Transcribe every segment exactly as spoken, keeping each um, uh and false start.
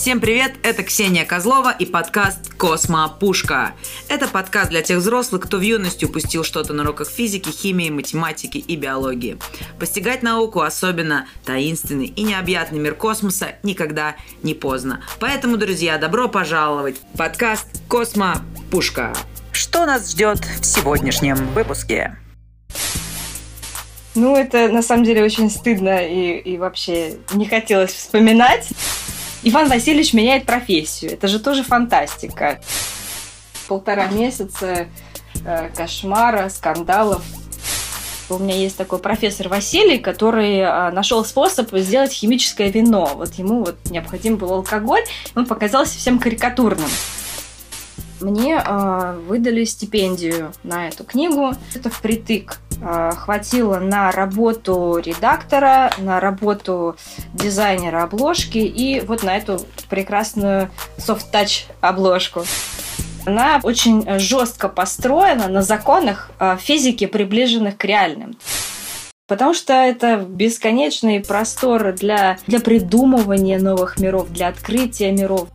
Всем привет, это Ксения Козлова и подкаст «Космопушка». Это подкаст для тех взрослых, кто в юности упустил что-то на уроках физики, химии, математики и биологии. Постигать науку, особенно таинственный и необъятный мир космоса, никогда не поздно. Поэтому, друзья, добро пожаловать в подкаст «Космопушка». Что нас ждет в сегодняшнем выпуске? Ну, это на самом деле очень стыдно и, и вообще не хотелось вспоминать. Иван Васильевич меняет профессию. Это же тоже фантастика. Полтора месяца э, кошмара, скандалов. У меня есть такой профессор Василий, который э, нашел способ сделать химическое вино. Вот ему вот необходим был алкоголь, он показался всем карикатурным. Мне э, выдали стипендию на эту книгу. Это впритык. Э, хватило на работу редактора, на работу дизайнера обложки и вот на эту прекрасную софт-тач обложку. Она очень жестко построена на законах э, физики, приближенных к реальным. Потому что это бесконечный простор для, для придумывания новых миров, для открытия миров.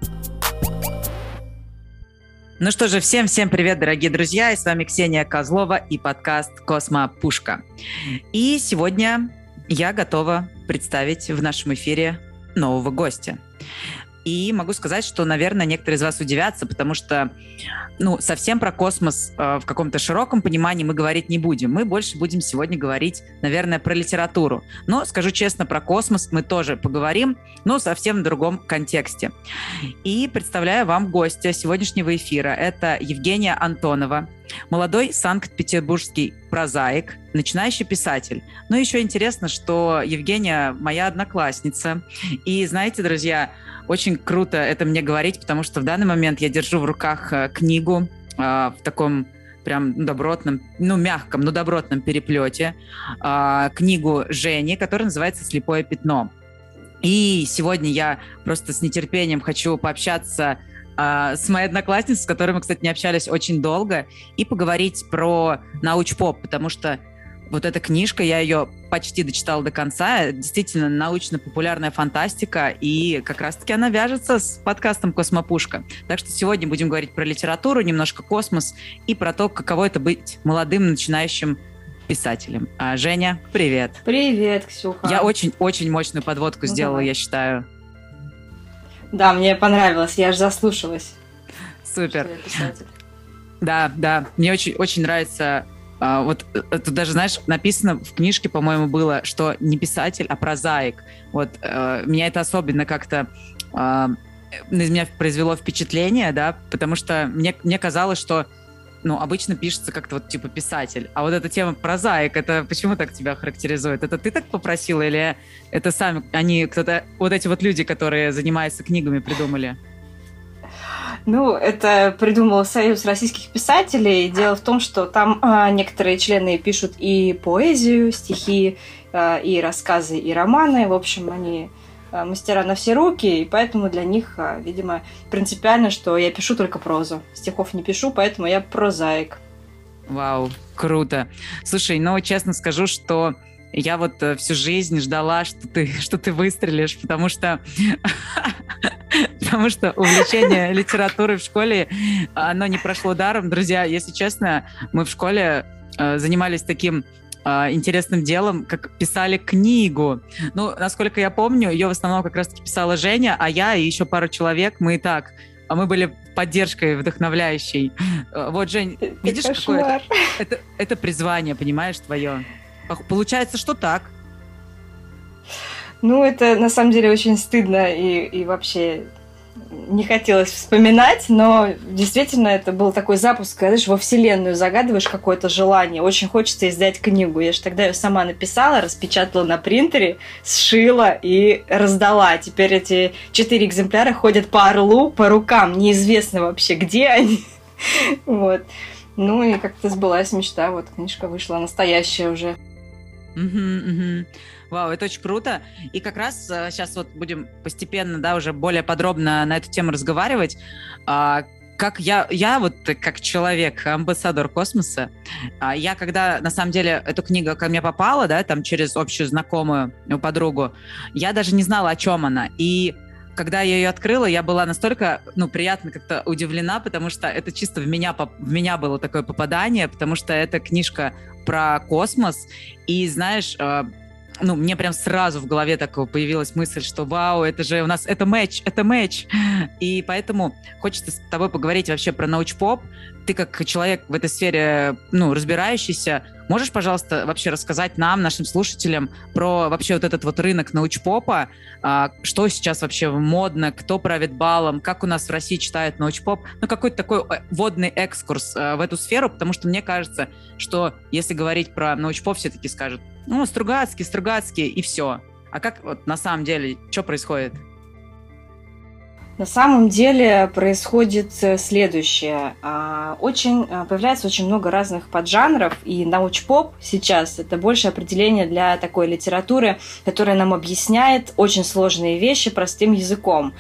Ну что же, всем-всем привет, дорогие друзья, и с вами Ксения Козлова и подкаст «Космопушка». И сегодня я готова представить в нашем эфире нового гостя. И могу сказать, что, наверное, некоторые из вас удивятся, потому что, ну, совсем про космос э, в каком-то широком понимании мы говорить не будем. Мы больше будем сегодня говорить, наверное, про литературу. Но, скажу честно, про космос мы тоже поговорим, но совсем в другом контексте. И представляю вам гостя сегодняшнего эфира. Это Евгения Антонова, молодой санкт-петербургский прозаик, начинающий писатель. Ну, еще интересно, что Евгения моя одноклассница. И знаете, друзья, очень круто это мне говорить, потому что в данный момент я держу в руках книгу э, в таком прям добротном, ну, мягком, но добротном переплете. Э, книгу Жени, которая называется «Слепое пятно». И сегодня я просто с нетерпением хочу пообщаться э, с моей одноклассницей, с которой мы, кстати, не общались очень долго, и поговорить про научпоп, потому что вот эта книжка, я ее почти дочитала до конца, действительно научно-популярная фантастика, и как раз-таки она вяжется с подкастом «Космопушка». Так что сегодня будем говорить про литературу, немножко космос и про то, каково это быть молодым начинающим писателем. А, Женя, привет. Привет, Ксюха. Я очень-очень мощную подводку ну, сделала, давай. Я считаю. Да, мне понравилось, я аж заслушалась. Супер. Да, да, мне очень, очень нравится... Uh, вот это даже, знаешь, написано в книжке, по-моему, было, что не писатель, а прозаик. Вот uh, меня это особенно как-то uh, из меня произвело впечатление, да, потому что мне, мне казалось, что, ну, обычно пишется как-то вот типа писатель, а вот эта тема прозаик, это почему так тебя характеризует? Это ты так попросила или это сами они, кто-то, вот эти вот люди, которые занимаются книгами, придумали? Ну, это придумал Союз российских писателей. Дело в том, что там а, некоторые члены пишут и поэзию, стихи, а, и рассказы, и романы. В общем, они а, мастера на все руки, и поэтому для них, а, видимо, принципиально, что я пишу только прозу. Стихов не пишу, поэтому я прозаик. Вау, круто. Слушай, ну, честно скажу, что я вот всю жизнь ждала, что ты, что ты выстрелишь, потому что... Потому что увлечение литературой в школе, оно не прошло даром. Друзья, если честно, мы в школе э, занимались таким э, интересным делом, как писали книгу. Ну, насколько я помню, ее в основном как раз-таки писала Женя, а я и еще пару человек, мы и так. А мы были поддержкой вдохновляющей. Вот, Жень, это видишь, какое это, это, это призвание, понимаешь, твое. Получается, что так. Ну, это на самом деле очень стыдно и, и вообще не хотелось вспоминать, но действительно это был такой запуск, когда знаешь, во вселенную загадываешь какое-то желание. Очень хочется издать книгу. Я же тогда ее сама написала, распечатала на принтере, сшила и раздала. Теперь эти четыре экземпляра ходят по Орлу, по рукам. Неизвестно вообще, где они. Вот. Ну и как-то сбылась мечта. Вот книжка вышла настоящая уже. Угу, угу. Вау, это очень круто. И как раз а, сейчас вот будем постепенно, да, уже более подробно на эту тему разговаривать. А, как я, я вот как человек, амбассадор космоса, а, я когда, на самом деле, эту книгу ко мне попала, да, там через общую знакомую подругу, я даже не знала, о чем она. И когда я ее открыла, я была настолько, ну, приятно как-то удивлена, потому что это чисто в меня, в меня было такое попадание, потому что это книжка про космос, и, знаешь, ну, мне прям сразу в голове такого появилась мысль, что вау, это же у нас, это матч, это матч. И поэтому хочется с тобой поговорить вообще про научпоп. Ты как человек в этой сфере, ну, разбирающийся, можешь, пожалуйста, вообще рассказать нам, нашим слушателям, про вообще вот этот вот рынок научпопа, что сейчас вообще модно, кто правит балом, как у нас в России читают научпоп, ну, какой-то такой вводный экскурс в эту сферу, потому что мне кажется, что если говорить про научпоп, все таки скажут, ну, Стругацкий, Стругацкий, и все. А как вот на самом деле, что происходит? На самом деле происходит следующее. Очень, появляется очень много разных поджанров, и научпоп сейчас – это больше определение для такой литературы, которая нам объясняет очень сложные вещи простым языком.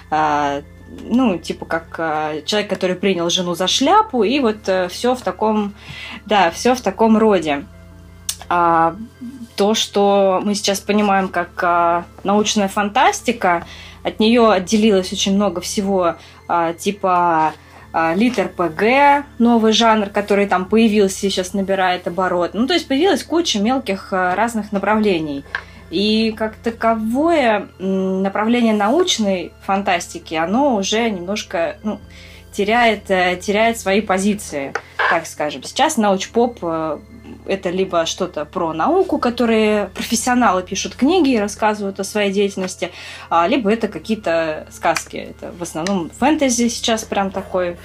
Ну, типа как человек, который принял жену за шляпу, и вот все в таком, да, все в таком роде. А, то, что мы сейчас понимаем как а, научная фантастика, от нее отделилось очень много всего, а, типа а, лит-эр-пэ-гэ, новый жанр, который там появился и сейчас набирает оборот. Ну, то есть появилась куча мелких а, разных направлений. И как таковое направление научной фантастики, оно уже немножко ну, теряет, теряет свои позиции, так скажем. Сейчас научпоп это либо что-то про науку, которые профессионалы пишут книги и рассказывают о своей деятельности, либо это какие-то сказки. Это в основном фэнтези сейчас прям такой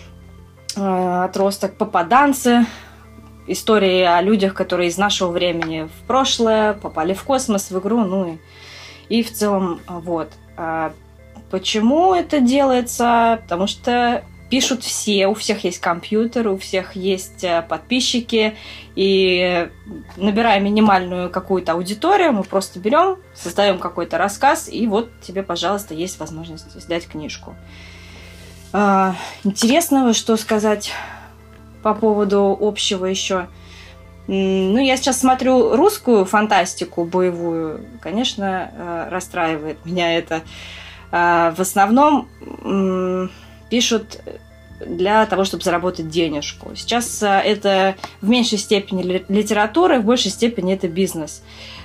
отросток, попаданцы, истории о людях, которые из нашего времени в прошлое попали в космос, в игру, ну и, и в целом вот. Почему это делается? Потому что пишут все, у всех есть компьютер, у всех есть подписчики, и набирая минимальную какую-то аудиторию, мы просто берем, создаем какой-то рассказ, и вот тебе, пожалуйста, есть возможность издать книжку. Интересного, что сказать по поводу общего еще. Ну, я сейчас смотрю русскую фантастику боевую, конечно, расстраивает меня это. В основном пишут для того, чтобы заработать денежку. Сейчас это в меньшей степени литература, в большей степени это бизнес.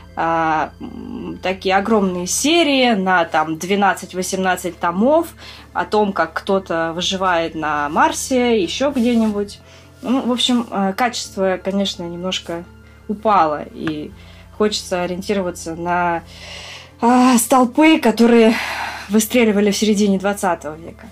Такие огромные серии на там двенадцать-восемнадцать томов о том, как кто-то выживает на Марсе, еще где-нибудь. Ну, в общем, качество, конечно, немножко упало, и хочется ориентироваться на столпы, которые выстреливали в середине двадцатого века.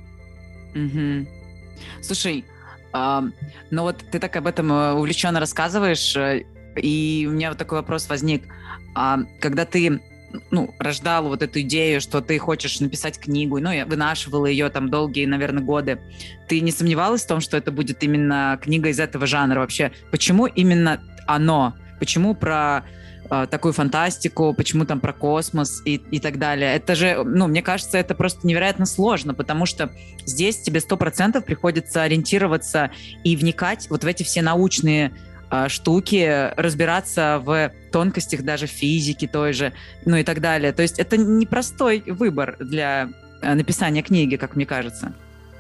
Угу. Слушай, э, ну вот ты так об этом увлеченно рассказываешь, и у меня вот такой вопрос возник. А когда ты ну, рождала вот эту идею, что ты хочешь написать книгу, ну, и вынашивала ее там долгие, наверное, годы, ты не сомневалась в том, что это будет именно книга из этого жанра вообще? Почему именно оно? Почему про э, такую фантастику, почему там про космос и, и так далее? Это же, ну, мне кажется, это просто невероятно сложно, потому что здесь тебе сто процентов приходится ориентироваться и вникать вот в эти все научные штуки, разбираться в тонкостях даже физики той же, ну и так далее. То есть это непростой выбор для написания книги, как мне кажется.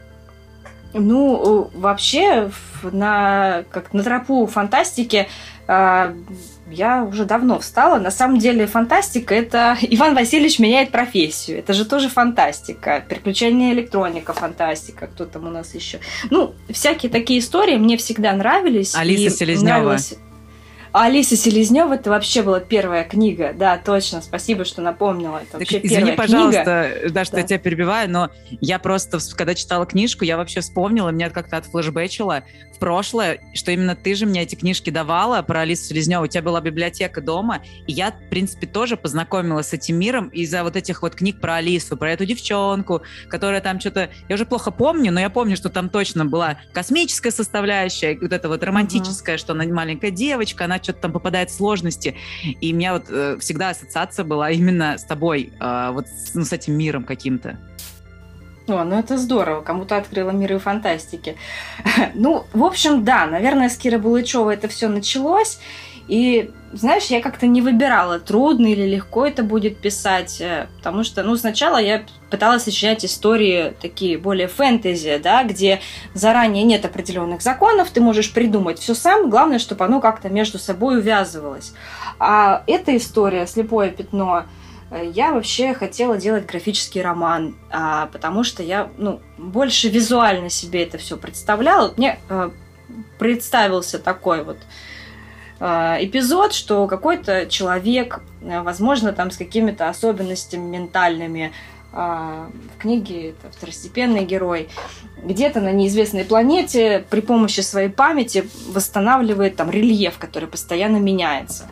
Ну, вообще, на, как на тропу фантастики э, я уже давно встала. На самом деле фантастика – это Иван Васильевич меняет профессию. Это же тоже фантастика. Приключения электроника – фантастика. Кто там у нас еще? Ну, всякие такие истории мне всегда нравились. Алиса Селезнева. Нравилось... Алиса Селезнева, это вообще была первая книга. Да, точно, спасибо, что напомнила. Это вообще так, извини, первая пожалуйста, книга. Да, что да. я тебя перебиваю, но я просто, когда читала книжку, я вообще вспомнила, меня как-то отфлешбэчило в прошлое, что именно ты же мне эти книжки давала про Алису Селезневу. У тебя была библиотека дома, и я, в принципе, тоже познакомилась с этим миром из-за вот этих вот книг про Алису, про эту девчонку, которая там что-то... Я уже плохо помню, но я помню, что там точно была космическая составляющая, вот эта вот романтическая, uh-huh. что она маленькая девочка, она что-то там попадает в сложности. И у меня вот э, всегда ассоциация была именно с тобой, э, вот с, ну, с этим миром каким-то. О, ну это здорово, кому-то открыла миры фантастики. Ну, в общем, да, наверное, с Киры Булычевой это все началось. И, знаешь, я как-то не выбирала, трудно или легко это будет писать, потому что, ну, сначала я пыталась сочинять истории такие более фэнтези, да, где заранее нет определенных законов, ты можешь придумать все сам, главное, чтобы оно как-то между собой увязывалось. А эта история «Слепое пятно», я вообще хотела делать графический роман, а, потому что я, ну, больше визуально себе это все представляла. Мне а, представился такой вот а, эпизод, что какой-то человек, а, возможно, там с какими-то особенностями ментальными, а, в книге это второстепенный герой, где-то на неизвестной планете при помощи своей памяти восстанавливает там рельеф, который постоянно меняется.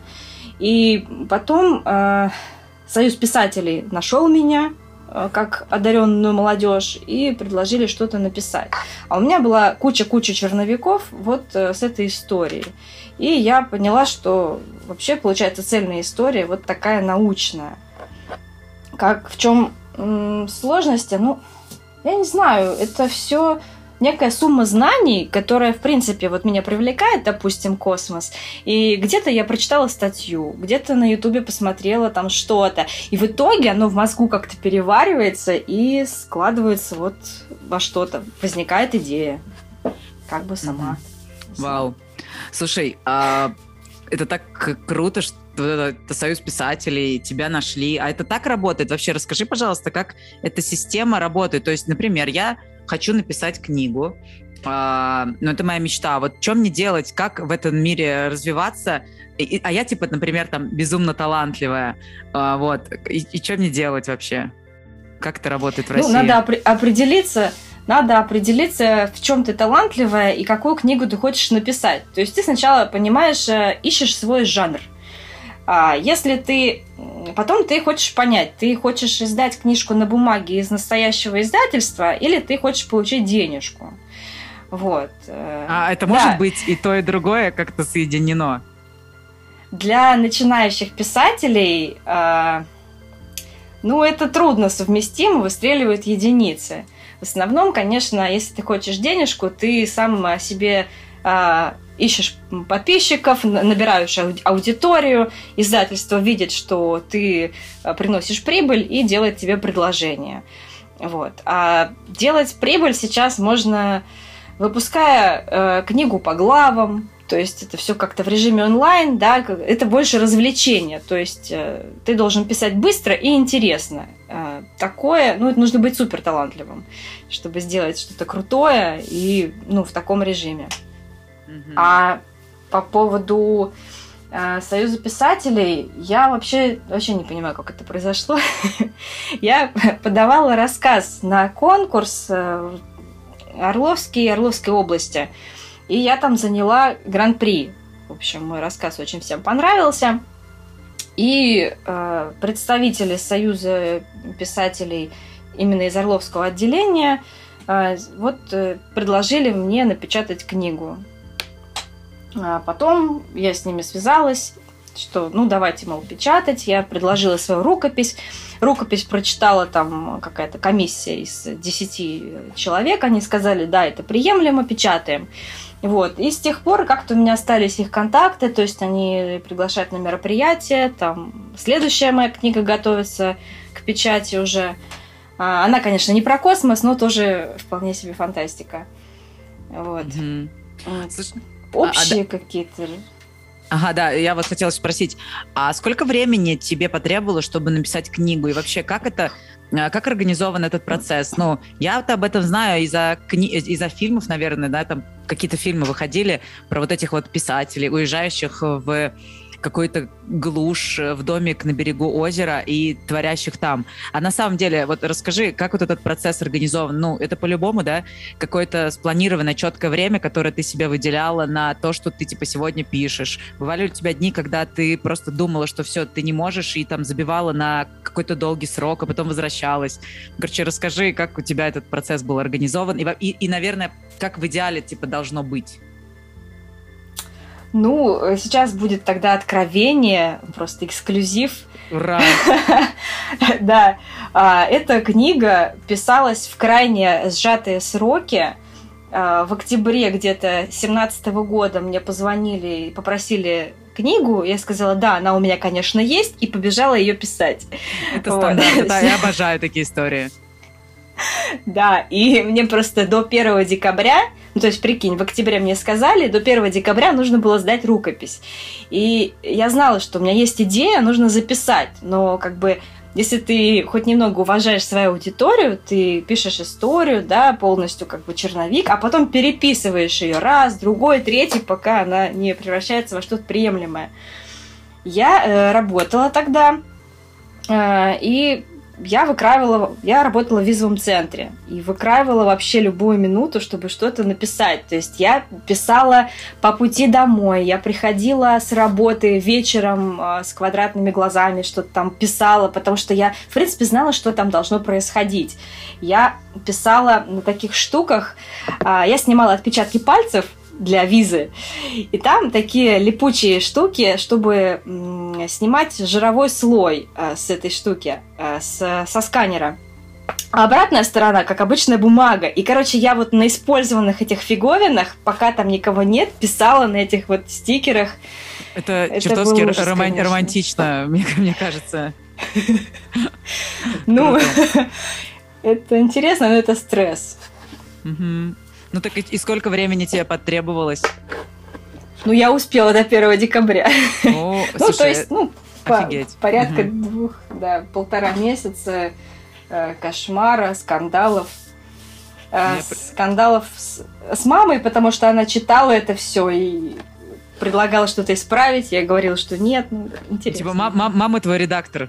И потом... А, Союз писателей нашел меня как одаренную молодежь и предложили что-то написать. А у меня была куча-куча черновиков вот с этой историей. И я поняла, что вообще получается цельная история вот такая научная. Как в чем м- сложности? Ну, я не знаю, это все некая сумма знаний, которая, в принципе, вот меня привлекает, допустим, космос. И где-то я прочитала статью, где-то на Ютубе посмотрела там что-то. И в итоге оно в мозгу как-то переваривается и складывается вот во что-то. Возникает идея. Как бы сама. Mm-hmm. Вау. Слушай, а это так круто, что это Союз писателей, тебя нашли. А это так работает? Вообще расскажи, пожалуйста, как эта система работает. То есть, например, я хочу написать книгу, а, но это моя мечта. Вот что мне делать, как в этом мире развиваться? И, а я, типа, например, там, безумно талантливая. А, вот. И, и что мне делать вообще? Как это работает в России? Ну, надо опри- определиться... Надо определиться, в чем ты талантливая и какую книгу ты хочешь написать. То есть ты сначала, понимаешь, ищешь свой жанр. А если ты... Потом ты хочешь понять, ты хочешь издать книжку на бумаге из настоящего издательства или ты хочешь получить денежку. Вот. А это да. Может быть и то, и другое как-то соединено? Для начинающих писателей, э, ну, это трудно совместимо, выстреливают единицы. В основном, конечно, если ты хочешь денежку, ты сам себе э, ищешь подписчиков, набираешь аудиторию, издательство видит, что ты приносишь прибыль и делает тебе предложение. Вот. А делать прибыль сейчас можно, выпуская э, книгу по главам, то есть это все как-то в режиме онлайн, да, это больше развлечение, то есть э, ты должен писать быстро и интересно. Э, такое, ну, это нужно быть супер талантливым, чтобы сделать что-то крутое и, ну, в таком режиме. Mm-hmm. А по поводу э, Союза писателей, я вообще, вообще не понимаю, как это произошло. Я подавала рассказ на конкурс в Орловской, Орловской области, и я там заняла гран-при. В общем, мой рассказ очень всем понравился. И э, представители Союза писателей именно из Орловского отделения э, вот э, предложили мне напечатать книгу. А потом я с ними связалась, что ну давайте, мол, печатать. Я предложила свою рукопись. Рукопись прочитала там какая-то комиссия из десяти человек. Они сказали, да, это приемлемо, печатаем. Вот. И с тех пор как-то у меня остались их контакты, то есть они приглашают на мероприятия, там следующая моя книга готовится к печати уже. Она, конечно, не про космос, но тоже вполне себе фантастика. Вот. Mm-hmm. Слушай, общие а, какие-то... Ага, да, я вот хотела спросить, а сколько времени тебе потребовалось, чтобы написать книгу? И вообще, как это, как организован этот процесс? Ну, я-то об этом знаю из-за, кни... из-за фильмов, наверное, да, там какие-то фильмы выходили про вот этих вот писателей, уезжающих в какой-то глушь, в домик на берегу озера и творящих там. А на самом деле, вот расскажи, как вот этот процесс организован? Ну, это по-любому, да, какое-то спланированное четкое время, которое ты себе выделяла на то, что ты, типа, сегодня пишешь. Бывали ли у тебя дни, когда ты просто думала, что все, ты не можешь, и там забивала на какой-то долгий срок, а потом возвращалась? Короче, расскажи, как у тебя этот процесс был организован, и, и, и наверное, как в идеале, типа, должно быть? Ну, сейчас будет тогда откровение, просто эксклюзив. Ура! Да, эта книга писалась в крайне сжатые сроки. В октябре где-то семнадцатого года мне позвонили и попросили книгу, я сказала, да, она у меня, конечно, есть, и побежала ее писать. Это вот. Стандарт, да, я обожаю такие истории. Да, и мне просто до первого декабря, ну, то есть, прикинь, в октябре мне сказали, до первого декабря нужно было сдать рукопись. И я знала, что у меня есть идея, нужно записать, но как бы если ты хоть немного уважаешь свою аудиторию, ты пишешь историю, да, полностью как бы черновик, а потом переписываешь ее раз, другой, третий, пока она не превращается во что-то приемлемое. Я э, работала тогда, э, и я выкраивала, я работала в визовом центре и выкраивала вообще любую минуту, чтобы что-то написать. То есть я писала по пути домой, я приходила с работы вечером э, с квадратными глазами, что-то там писала, потому что я, в принципе, знала, что там должно происходить. Я писала на таких штуках, э, я снимала отпечатки пальцев для визы. И там такие липучие штуки, чтобы м, снимать жировой слой э, с этой штуки, э, с, со сканера. А обратная сторона, как обычная бумага. И, короче, я вот на использованных этих фиговинах, пока там никого нет, писала на этих вот стикерах. Это, Это чертовски ужас, роман- романтично, мне, мне кажется. Ну, это интересно, но это стресс. Ну так и, и сколько времени тебе потребовалось? Ну, я успела до первого декабря. О, ну, слушай, то есть, ну, офигеть. По, порядка угу. двух, да, полтора месяца э, кошмара, скандалов. Э, Я... Скандалов с, с мамой, потому что она читала это все и предлагала что-то исправить. Я говорила, что нет, ну, интересно. Типа мама, мама твой редактор.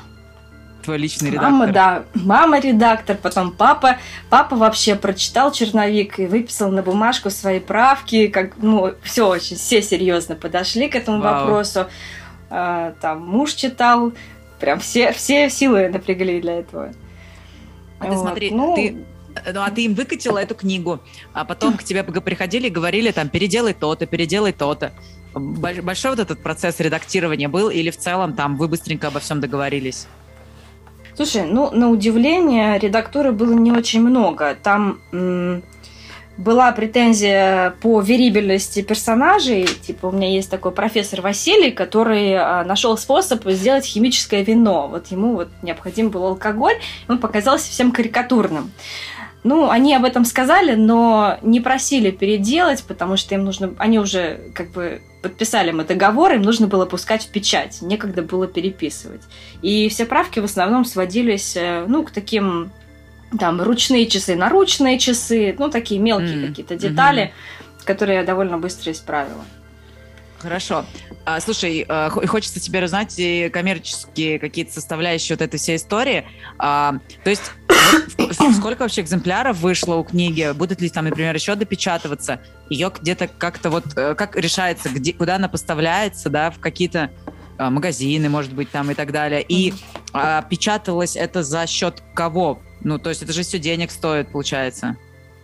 Твой личный редактор. Мама, да. Мама редактор, потом папа. Папа вообще прочитал черновик и выписал на бумажку свои правки. Как, ну, все очень, все серьезно подошли к этому Вау. вопросу. А, там муж читал. Прям все, все силы напрягли для этого. А вот. Ты смотри, ну, ты... Ну, а ты им выкатила эту книгу, а потом к тебе приходили и говорили, там, переделай то-то, переделай то-то. Большой вот этот процесс редактирования был или в целом там вы быстренько обо всем договорились? Слушай, ну, на удивление, редактуры было не очень много. Там м- была претензия по верибельности персонажей. Типа, у меня есть такой профессор Василий, который а, нашел способ сделать химическое вино. Вот ему вот необходим был алкоголь, и он показался всем карикатурным. Ну, они об этом сказали, но не просили переделать, потому что им нужно... Они уже как бы подписали мы договор, им нужно было пускать в печать. Некогда было переписывать. И все правки в основном сводились, ну, к таким... Там, ручные часы, наручные часы, ну, такие мелкие mm. какие-то детали, mm-hmm. которые я довольно быстро исправила. Хорошо. А, слушай, а, хочется тебе узнать коммерческие какие-то составляющие вот этой всей истории. А, то есть, вот, сколько вообще экземпляров вышло у книги? Будут ли там, например, еще допечатываться? Ее где-то как-то вот, как решается, где, куда она поставляется, да, в какие-то а, магазины, может быть, там и так далее. И а, печаталось это за счет кого? Ну, то есть это же все денег стоит, получается.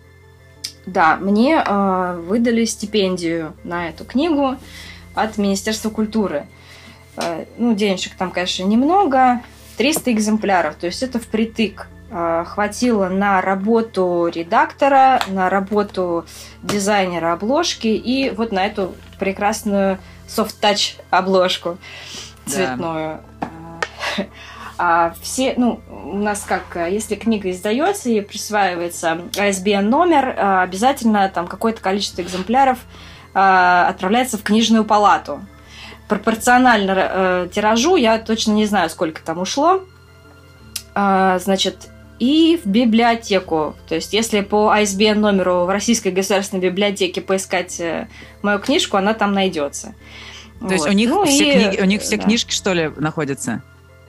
Да, мне э, выдали стипендию на эту книгу от Министерства культуры. Э, ну, денежек там, конечно, немного. триста экземпляров, то есть это впритык. Э, хватило на работу редактора, на работу дизайнера обложки и вот на эту прекрасную софт-тач обложку цветную. Да. А все, ну, у нас как, если книга издается и присваивается ай эс би эн номер, обязательно там какое-то количество экземпляров отправляется в книжную палату. Пропорционально э, тиражу, я точно не знаю, сколько там ушло. А, значит, и в библиотеку. То есть, если по ай эс би эн номеру в Российской государственной библиотеке поискать мою книжку, она там найдется. То вот. есть у них, ну, все, и, книги, у них все да. книжки, что ли, находятся?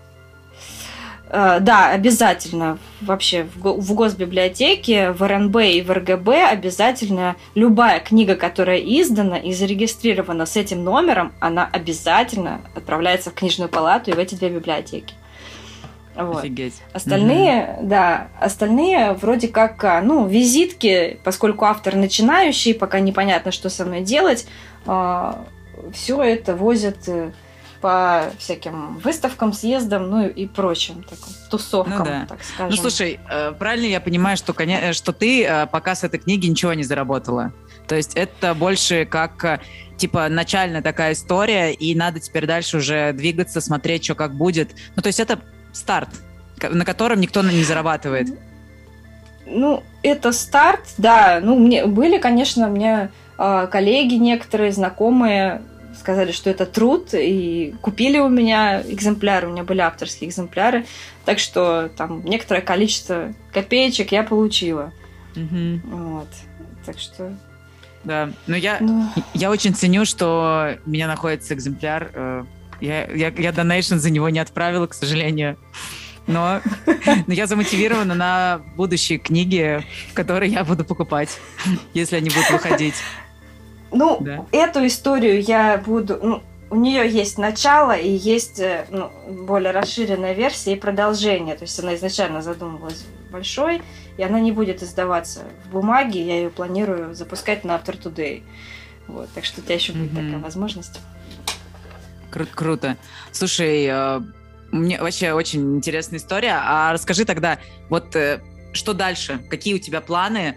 Да, обязательно. Вообще в госбиблиотеке, в эр эн бэ и в эр гэ бэ обязательно любая книга, которая издана и зарегистрирована с этим номером, она обязательно отправляется в книжную палату и в эти две библиотеки. Вот. Офигеть. Остальные, угу. да, остальные вроде как, ну, визитки, поскольку автор начинающий, пока непонятно, что со мной делать, все это возят по всяким выставкам, съездам, ну и прочим таким тусовкам, ну, да. так скажем. Ну, слушай, правильно я понимаю, что, что ты пока с этой книги ничего не заработала? То есть это больше как, типа, начальная такая история, и надо теперь дальше уже двигаться, смотреть, что как будет. Ну, то есть это старт, на котором никто не зарабатывает. Ну, это старт, да. Ну, мне были, конечно, у меня э, коллеги некоторые, знакомые сказали, что это труд, и купили у меня экземпляры, у меня были авторские экземпляры, так что там некоторое количество копеечек я получила. Угу. Вот. Так что... Да, но я, ну... я очень ценю, что у меня находится экземпляр. Я, я, я донейшн за него не отправила, к сожалению. Но, но я замотивирована на будущие книги, которые я буду покупать, если они будут выходить. Ну, да. Эту историю я буду... Ну, у нее есть начало и есть ну, более расширенная версия и продолжение. То есть она изначально задумывалась большой, и она не будет издаваться в бумаге. Я ее планирую запускать на After Today. Вот, так что у тебя еще будет mm-hmm. такая возможность. Кру- круто. Слушай, мне вообще очень интересная история. А расскажи тогда, вот что дальше? Какие у тебя планы?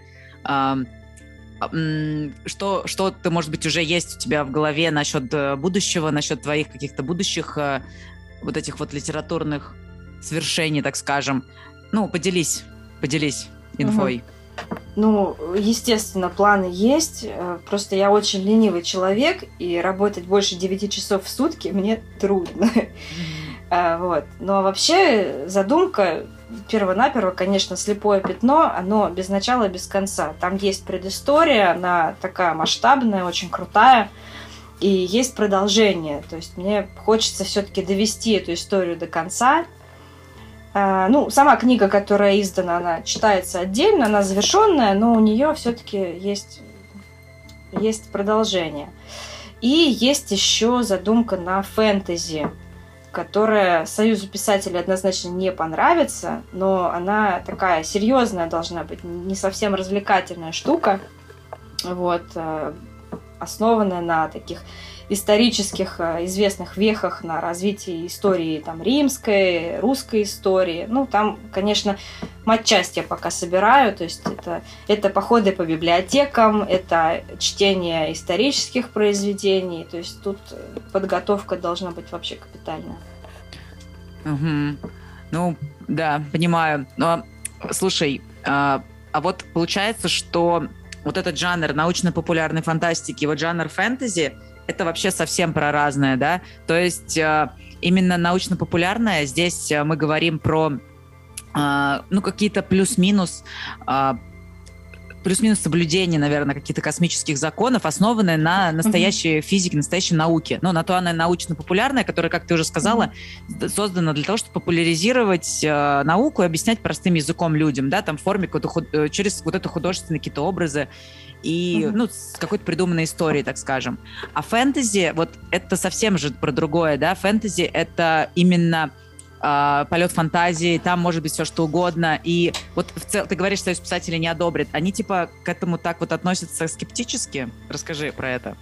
Что, что ты, может быть, уже есть у тебя в голове насчет будущего, насчет твоих каких-то будущих вот этих вот литературных свершений, так скажем? Ну, поделись, поделись инфой. Угу. Ну, естественно, планы есть. Просто я очень ленивый человек, и работать больше девяти часов в сутки мне трудно. Mm-hmm. Вот. Но вообще задумка перво-наперво, конечно, «Слепое пятно», оно без начала, без конца. Там есть предыстория, она такая масштабная, очень крутая, и есть продолжение. То есть мне хочется все-таки довести эту историю до конца. Ну, сама книга, которая издана, она читается отдельно, она завершенная, но у нее все-таки есть, есть продолжение. И есть еще задумка на фэнтези, которая Союзу писателей однозначно не понравится, но она такая серьезная должна быть, не совсем развлекательная штука, вот, основанная на таких исторических известных вехах, на развитии истории там, римской, русской истории. Ну, там, конечно, матчасть я пока собираю, то есть это, это походы по библиотекам, это чтение исторических произведений, то есть тут подготовка должна быть вообще капитальная. Угу. Ну, да, понимаю. Но, слушай, а, а вот получается, что вот этот жанр научно-популярной фантастики, вот жанр фэнтези, это вообще совсем про разное, да? То есть именно научно-популярное, здесь мы говорим про ну, какие-то плюс-минус плюс-минус соблюдение, наверное, каких-то космических законов, основанные на настоящей mm-hmm. физике, настоящей науке. Ну, на то она научно-популярная, которая, как ты уже сказала, mm-hmm. создана для того, чтобы популяризировать э, науку и объяснять простым языком людям, да, там в форме какой-то, через вот это художественные какие-то образы и, mm-hmm. ну, с какой-то придуманной историей, так скажем. А фэнтези, вот это совсем же про другое, да, фэнтези — это именно полет фантазии, там может быть все что угодно. И вот в цел... ты говоришь, что Союз писателей не одобрит. Они типа к этому так вот относятся скептически? Расскажи про это.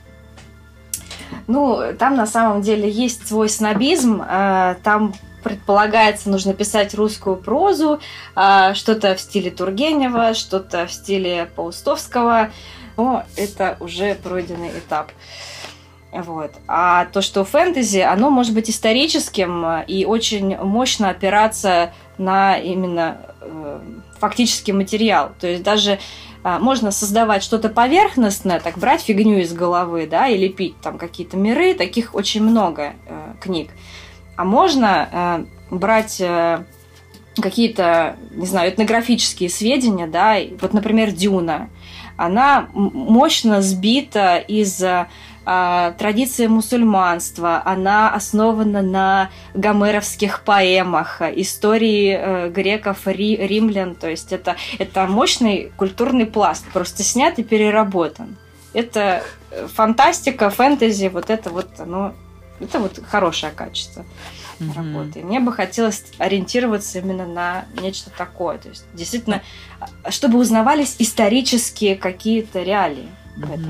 Ну, там на самом деле есть свой снобизм. Там предполагается, нужно писать русскую прозу, что-то в стиле Тургенева, что-то в стиле Паустовского. Но это уже пройденный этап. Вот. А то, что фэнтези, оно может быть историческим и очень мощно опираться на именно э, фактический материал. То есть даже э, можно создавать что-то поверхностное, так брать фигню из головы, да, и лепить там какие-то миры, таких очень много э, книг. А можно э, брать э, какие-то, не знаю, этнографические сведения, да, и, вот, например, «Дюна». Она мощно сбита из традиции мусульманства, она основана на гомеровских поэмах, истории э, греков, ри, римлян, то есть это, это мощный культурный пласт, просто снят и переработан. Это фантастика, фэнтези, вот это вот оно, это вот хорошее качество mm-hmm. работы. И мне бы хотелось ориентироваться именно на нечто такое, то есть действительно, чтобы узнавались исторические какие-то реалии mm-hmm. в этом.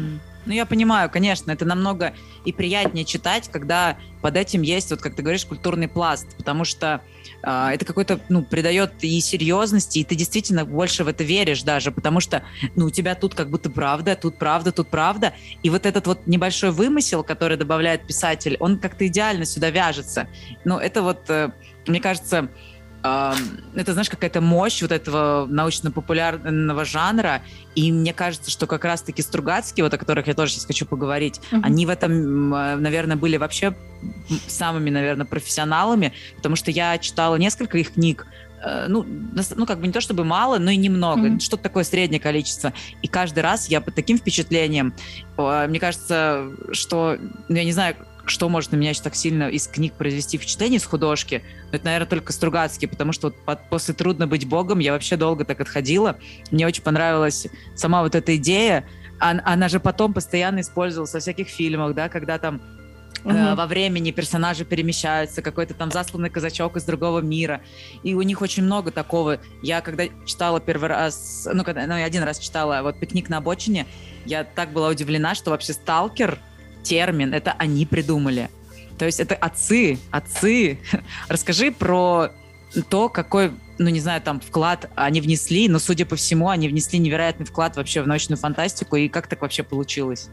Ну, я понимаю, конечно, это намного и приятнее читать, когда под этим есть, вот как ты говоришь, культурный пласт, потому что э, это какой-то, ну, придает и серьезности, и ты действительно больше в это веришь даже, потому что, ну, у тебя тут как будто правда, тут правда, тут правда, и вот этот вот небольшой вымысел, который добавляет писатель, он как-то идеально сюда вяжется. Ну, это вот, э, мне кажется... это, знаешь, какая-то мощь вот этого научно-популярного жанра, и мне кажется, что как раз-таки Стругацкие, вот о которых я тоже сейчас хочу поговорить, mm-hmm. они в этом, наверное, были вообще самыми, наверное, профессионалами, потому что я читала несколько их книг, ну, ну, как бы не то чтобы мало, но и немного, mm-hmm. что-то такое среднее количество, и каждый раз я под таким впечатлением, мне кажется, что, ну, я не знаю, что может на меня еще так сильно из книг произвести впечатление, из художки, но это, наверное, только Стругацкие, потому что вот под, после «Трудно быть Богом» я вообще долго так отходила. Мне очень понравилась сама вот эта идея. Она, она же потом постоянно использовалась во всяких фильмах, да, когда там угу. э, во времени персонажи перемещаются, какой-то там засланный казачок из другого мира. И у них очень много такого. Я когда читала первый раз, ну, когда, ну, я один раз читала вот «Пикник на обочине», я так была удивлена, что вообще сталкер термин, это они придумали. То есть это отцы, отцы. Расскажи про то, какой, ну, не знаю, там, вклад они внесли, но, судя по всему, они внесли невероятный вклад вообще в научную фантастику, и как так вообще получилось?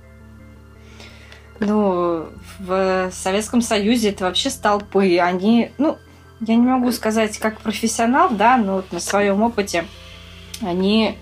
Ну, в Советском Союзе это вообще столпы. Они, ну, я не могу сказать, как профессионал, да, но вот на своем опыте они...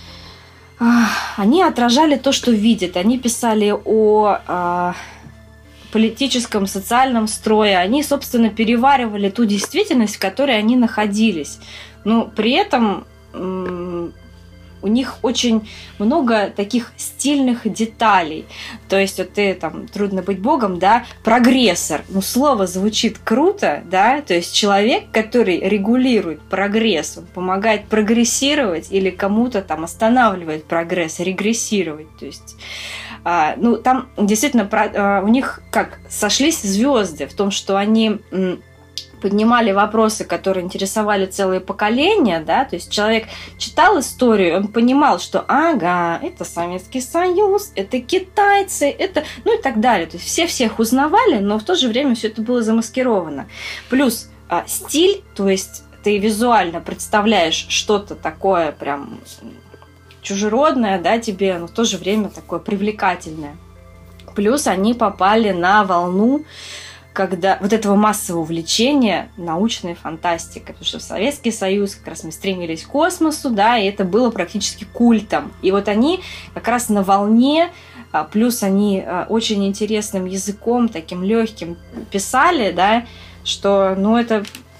Они отражали то, что видят. Они писали о э, политическом, социальном строе. Они, собственно, переваривали ту действительность, в которой они находились. Но при этом э, у них очень много таких стильных деталей. То есть вот ты там «Трудно быть Богом», да, прогрессор. Ну, слово звучит круто, да, то есть человек, который регулирует прогресс, он помогает прогрессировать или кому-то там останавливает прогресс, регрессировать. То есть, а, ну, там действительно про, а, у них как сошлись звезды в том, что они поднимали вопросы, которые интересовали целые поколения, да, то есть человек читал историю, он понимал, что ага, это Советский Союз, это китайцы, это, ну и так далее, то есть все всех узнавали, но в то же время все это было замаскировано. Плюс а, стиль, то есть ты визуально представляешь что-то такое прям чужеродное, да, тебе, но в то же время такое привлекательное. Плюс они попали на волну когда вот этого массового увлечения научной фантастикой, потому что в Советский Союз как раз мы стремились к космосу, да, и это было практически культом. И вот они как раз на волне, плюс они очень интересным языком, таким легким писали, да, что, ну, это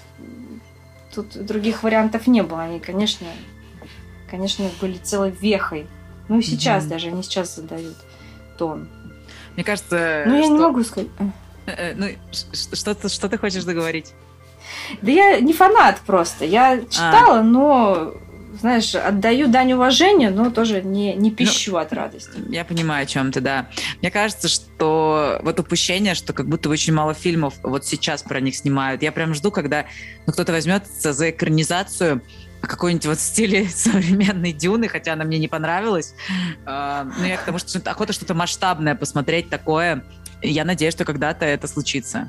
тут других вариантов не было. Они, конечно, конечно, были целой вехой. Ну и сейчас mm-hmm. даже, они сейчас задают тон. Мне кажется... Ну, я что... не могу сказать... Ну, что ты, что ты хочешь договорить? Да я не фанат просто. Я читала, а. но, знаешь, отдаю дань уважения, но тоже не, не пищу ну, от радости. Я понимаю, о чем ты, да. Мне кажется, что вот упущение, что как будто очень мало фильмов вот сейчас про них снимают. Я прям жду, когда ну, кто-то возьмется за экранизацию какой-нибудь вот в стиле современной Дюны, хотя она мне не понравилась. Ну, я к тому, что охота что-то масштабное посмотреть такое. Я надеюсь, что когда-то это случится.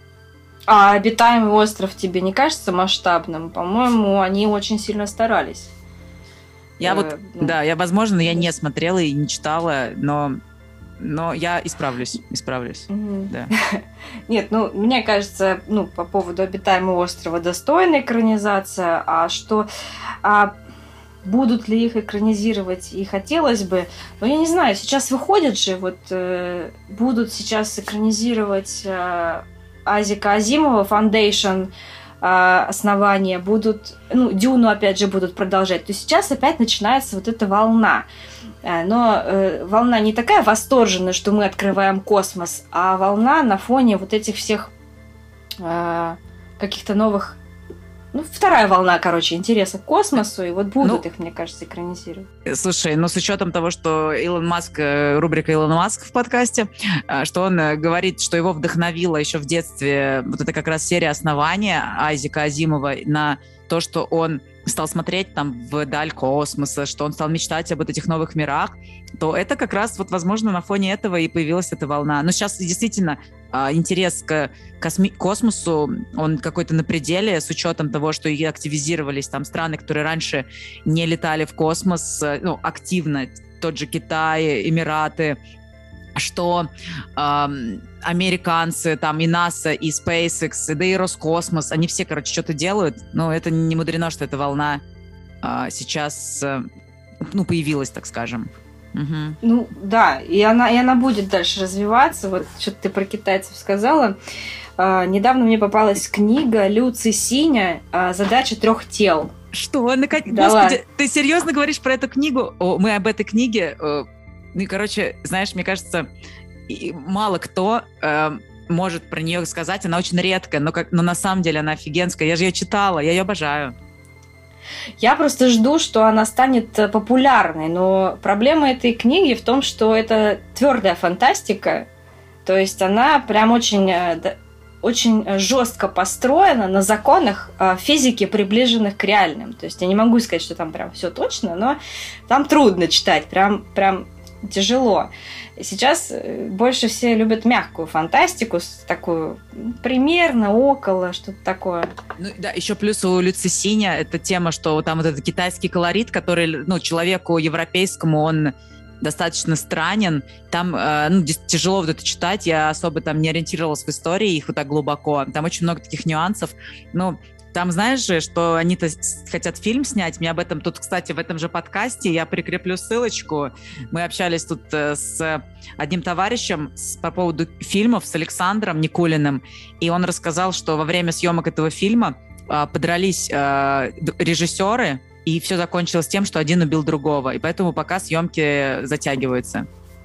А «Обитаемый остров» тебе не кажется масштабным? По-моему, они очень сильно старались. Я э, вот, ну, да, я, возможно, я не смотрела и не читала, но, но я исправлюсь, исправлюсь. Mm-hmm. Да. Нет, ну, мне кажется, ну, по поводу «Обитаемого острова» достойная экранизация, а что... А будут ли их экранизировать, и хотелось бы. Но я не знаю, сейчас выходят же, вот э, будут сейчас экранизировать э, Азика Азимова, Foundation, э, основания, будут, ну, Дюну опять же будут продолжать. То есть сейчас опять начинается вот эта волна. Но э, волна не такая восторженная, что мы открываем космос, а волна на фоне вот этих всех э, каких-то новых. Ну, вторая волна, короче, интереса к космосу, и вот будут ну, их, мне кажется, экранизировать. Слушай, ну, с учетом того, что Илон Маск, рубрика «Илон Маск» в подкасте, что он говорит, что его вдохновила еще в детстве вот это как раз серия «Основания» Айзека Азимова на то, что он стал смотреть там вдаль космоса, что он стал мечтать об вот этих новых мирах, то это как раз, вот, возможно, на фоне этого и появилась эта волна. Но сейчас действительно интерес к косми- космосу, он какой-то на пределе, с учетом того, что и активизировались там страны, которые раньше не летали в космос, ну, активно, тот же Китай, Эмираты, что э, американцы, там и НАСА, и SpaceX, да и Роскосмос, они все, короче, что-то делают, но это не мудрено, что эта волна э, сейчас, э, ну, появилась, так скажем. Угу. Ну, да, и она, и она будет дальше развиваться. Вот что-то ты про китайцев сказала. А, недавно мне попалась книга Лю Цисиня «Задача трех тел». Что? Наконец... Господи, ты серьезно говоришь про эту книгу? О, мы об этой книге... Ну и, короче, знаешь, мне кажется, мало кто э, может про нее сказать. Она очень редкая, но, как, но на самом деле она офигенская. Я же ее читала, я ее обожаю. Я просто жду, что она станет популярной. Но проблема этой книги в том, что это твердая фантастика. То есть она прям очень, очень жестко построена на законах физики, приближенных к реальным. То есть я не могу сказать, что там прям все точно, но там трудно читать, прям... прям тяжело. Сейчас больше все любят мягкую фантастику, такую примерно, около, что-то такое. Ну да, еще плюс у Лю Цисиня эта тема, что там вот этот китайский колорит, который, ну, человеку европейскому, он достаточно странен. Там э, ну, тяжело вот это читать, я особо там не ориентировалась в истории их вот так глубоко. Там очень много таких нюансов. Ну, там, знаешь же, что они-то хотят фильм снять. Мне об этом тут, кстати, в этом же подкасте я прикреплю ссылочку. Мы общались тут с одним товарищем по поводу фильмов, с Александром Никулиным, и он рассказал, что во время съемок этого фильма подрались режиссеры, и все закончилось тем, что один убил другого. И поэтому пока съемки затягиваются.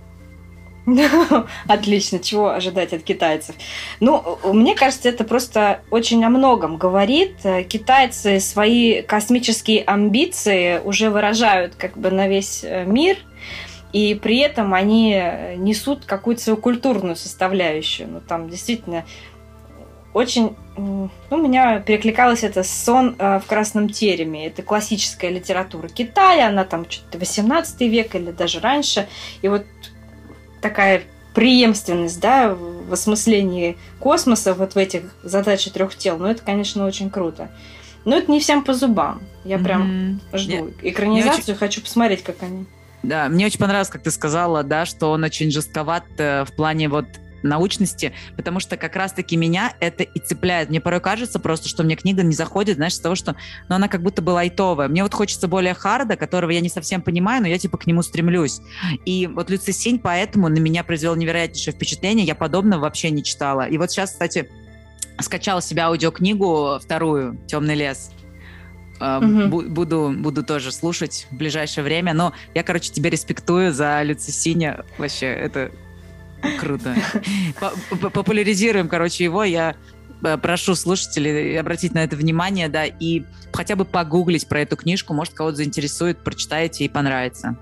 Отлично, чего ожидать от китайцев? Ну, мне кажется, это просто очень о многом говорит. Китайцы свои космические амбиции уже выражают как бы на весь мир, и при этом они несут какую-то свою культурную составляющую. Ну, там действительно очень... Ну, у меня перекликалось это с «Сон в красном тереме». Это классическая литература Китая, она там что-то восемнадцатый век или даже раньше. И вот такая преемственность, да, в осмыслении космоса вот в этих задачах трех тел, ну, это, конечно, очень круто. Но это не всем по зубам. Я mm-hmm. прям жду yeah. экранизацию, очень... хочу посмотреть, как они. Да, мне очень понравилось, как ты сказала, да, что он очень жестковат в плане вот научности, потому что как раз-таки меня это и цепляет. Мне порой кажется просто, что мне книга не заходит, знаешь, с того, что ну, она как будто бы лайтовая. Мне вот хочется более харда, которого я не совсем понимаю, но я типа к нему стремлюсь. И вот Лю Цисинь поэтому на меня произвел невероятнейшее впечатление. Я подобного вообще не читала. И вот сейчас, кстати, скачала себе аудиокнигу вторую «Темный лес». Угу. Буду, буду тоже слушать в ближайшее время. Но я, короче, тебя респектую за Лю Цисиня. Вообще, это... Круто. Популяризируем, короче, его. Я прошу слушателей обратить на это внимание, да, и хотя бы погуглить про эту книжку. Может, кого-то заинтересует, прочитаете и понравится.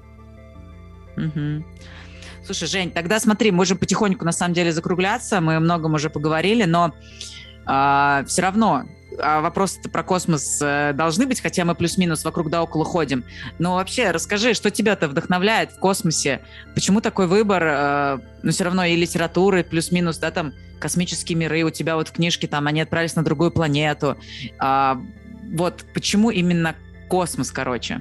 Угу. Слушай, Жень, тогда смотри, можем потихоньку, на самом деле, закругляться. Мы о многом уже поговорили, но а, все равно вопросы-то про космос должны быть, хотя мы плюс-минус вокруг да около ходим. Но вообще расскажи, что тебя-то вдохновляет в космосе? Почему такой выбор? Но все равно и литературы, плюс-минус, да, там космические миры. У тебя вот в книжке там они отправились на другую планету. А, вот почему именно космос, короче?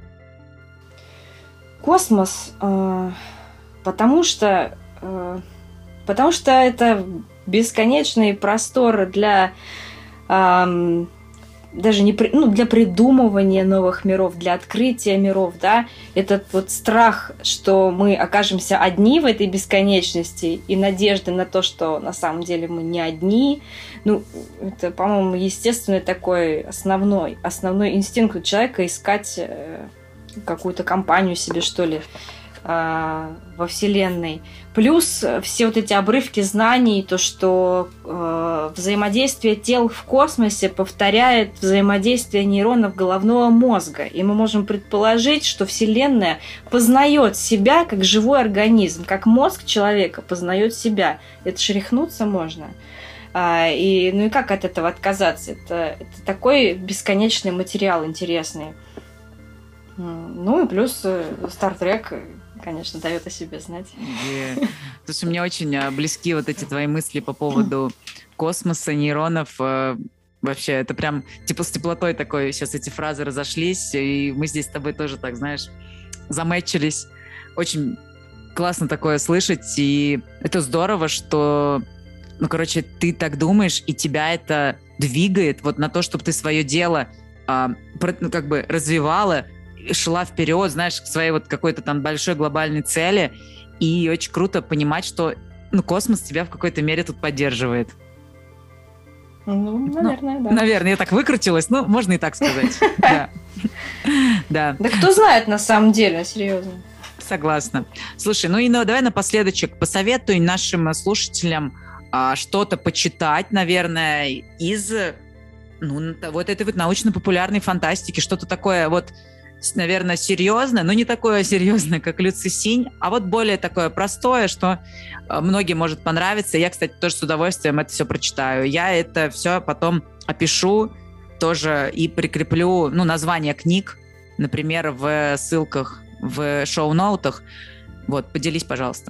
Космос, э, потому что, э, потому что это бесконечный простор для Um, даже не при, ну, для придумывания новых миров, для открытия миров, да, этот вот страх, что мы окажемся одни в этой бесконечности, и надежда на то, что на самом деле мы не одни, ну, это, по-моему, естественный такой основной, основной инстинкт у человека искать э, какую-то компанию себе, что ли, э, во Вселенной. Плюс все вот эти обрывки знаний, то, что э, взаимодействие тел в космосе повторяет взаимодействие нейронов головного мозга. И мы можем предположить, что Вселенная познает себя как живой организм, как мозг человека познает себя. Это шрихнуться можно. А, и, ну и как от этого отказаться? Это, это такой бесконечный материал интересный. Ну и плюс Star Trek, конечно, дает о себе знать. Yeah. Слушай, мне очень близки вот эти твои мысли по поводу космоса, нейронов. Вообще, это прям типа с теплотой такой. Сейчас эти фразы разошлись, и мы здесь с тобой тоже так, знаешь, замэтчились. Очень классно такое слышать, и это здорово, что, ну, короче, ты так думаешь, и тебя это двигает вот на то, чтобы ты свое дело а, ну, как бы развивала, шла вперед, знаешь, к своей вот какой-то там большой глобальной цели, и очень круто понимать, что, ну, космос тебя в какой-то мере тут поддерживает. Ну, наверное, ну, да. Наверное, я так выкрутилась, ну, можно и так сказать. Да. Да кто знает на самом деле, серьезно. Согласна. Слушай, ну и давай напоследочек посоветуй нашим слушателям что-то почитать, наверное, из, ну, вот этой вот научно-популярной фантастики, что-то такое вот, наверное, серьезное, но не такое серьезное, как Лю Цисинь, а вот более такое простое, что многим может понравиться. Я, кстати, тоже с удовольствием это все прочитаю. Я это все потом опишу тоже и прикреплю, ну, название книг, например, в ссылках, в шоу-ноутах. Вот, поделись, пожалуйста.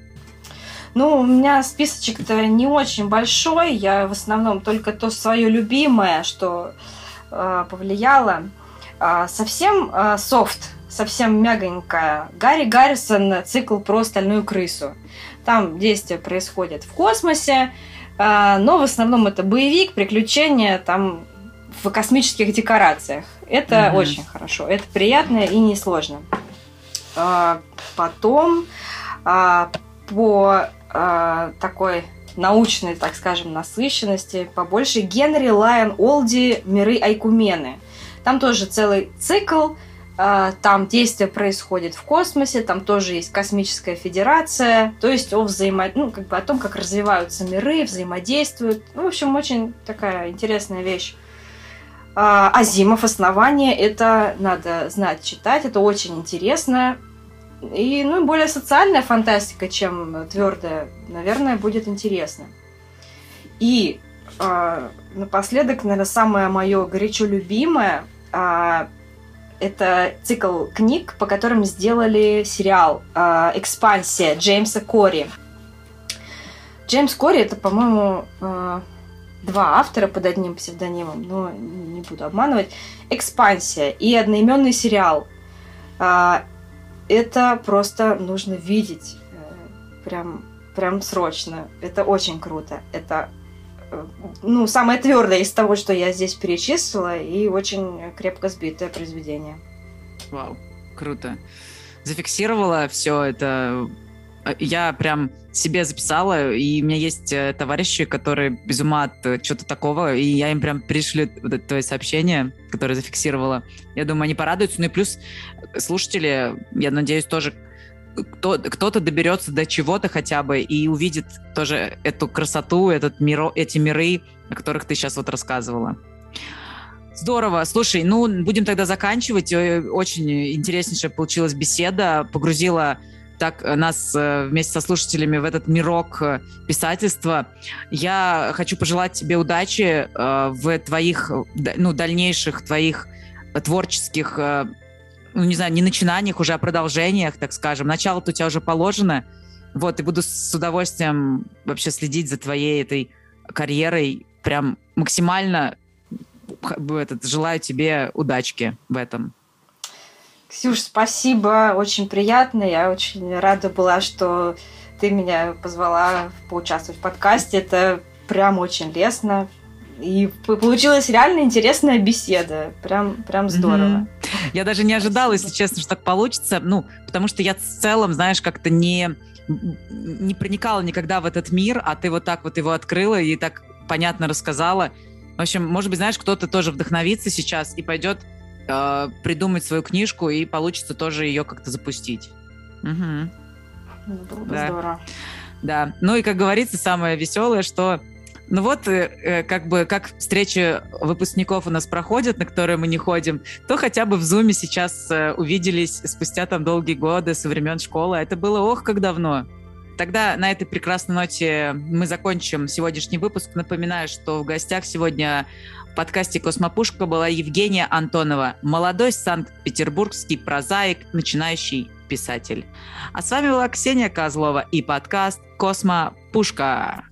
Ну, у меня списочек-то не очень большой. Я в основном только то свое любимое, что э, повлияло. Э, совсем э, софт, совсем мягонькая. Гарри Гаррисон, цикл про стальную крысу. Там действие происходит в космосе, э, но в основном это боевик, приключения там в космических декорациях. Это mm-hmm. очень хорошо, это приятно и несложно. Э, потом э, по э, такой научной, так скажем, насыщенности побольше Генри Лайон Олди «Миры Айкумены». Там тоже целый цикл, там действие происходит в космосе, там тоже есть космическая федерация, то есть о, взаимо... ну, как бы о том, как развиваются миры, взаимодействуют. Ну, в общем, очень такая интересная вещь. Азимов «Основание» — это надо знать, читать, это очень интересно. И, ну, более социальная фантастика, чем твердая, наверное, будет интересно. И э, напоследок, наверное, самое мое горячо любимое э, это цикл книг, по которым сделали сериал э, «Экспансия» Джеймса Кори. Джеймс Кори — это, по-моему, э, два автора под одним псевдонимом, но не буду обманывать. «Экспансия» и одноименный сериал. Э, это просто нужно видеть э, прям, прям срочно. Это очень круто. Это э, ну, самое твердое из того, что я здесь перечислила, и очень крепко сбитое произведение. Вау, круто. Зафиксировала все это. Я прям себе записала, и у меня есть товарищи, которые без ума от чего-то такого, и я им прям пришлю вот это твое сообщение, которое зафиксировала. Я думаю, они порадуются. Ну и плюс слушатели, я надеюсь, тоже кто, кто-то доберется до чего-то хотя бы и увидит тоже эту красоту, этот миро, эти миры, о которых ты сейчас вот рассказывала. Здорово. Слушай, ну, будем тогда заканчивать. Очень интереснейшая получилась беседа. Погрузила так нас вместе со слушателями в этот мирок писательства. Я хочу пожелать тебе удачи в твоих, ну, дальнейших твоих творческих, ну, не знаю, не начинаниях, уже, а продолжениях, так скажем. Начало-то у тебя уже положено. Вот, и буду с удовольствием вообще следить за твоей этой карьерой. Прям максимально этот, желаю тебе удачки в этом. Ксюш, спасибо, очень приятно. Я очень рада была, что ты меня позвала поучаствовать в подкасте. Это прям очень лестно. И получилась реально интересная беседа. Прям, прям здорово. Mm-hmm. Я даже не ожидала, если честно, что так получится. Ну, потому что я в целом, знаешь, как-то не, не проникала никогда в этот мир, а ты вот так вот его открыла и так понятно рассказала. В общем, может быть, знаешь, кто-то тоже вдохновится сейчас и пойдет э, придумать свою книжку, и получится тоже ее как-то запустить. Угу. Было бы да. здорово. Да. Ну и, как говорится, самое веселое, что ну вот, э, как бы, как встречи выпускников у нас проходят, на которые мы не ходим, то хотя бы в Зуме сейчас э, увиделись спустя там долгие годы со времен школы. Это было ох, как давно. Тогда на этой прекрасной ноте мы закончим сегодняшний выпуск. Напоминаю, что в гостях сегодня в подкасте «Космопушка» была Евгения Антонова, молодой санкт-петербургский прозаик, начинающий писатель. А с вами была Ксения Козлова и подкаст «Космопушка».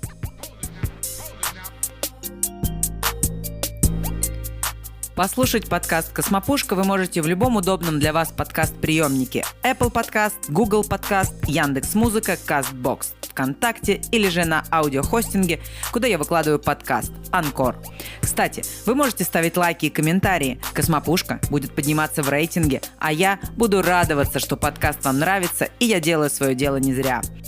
Послушать подкаст «Космопушка» вы можете в любом удобном для вас подкаст-приемнике: Apple Podcast, Google Podcast, Яндекс.Музыка, Castbox, ВКонтакте или же на аудиохостинге, куда я выкладываю подкаст Анкор. Кстати, вы можете ставить лайки и комментарии. «Космопушка» будет подниматься в рейтинге, а я буду радоваться, что подкаст вам нравится, и я делаю свое дело не зря.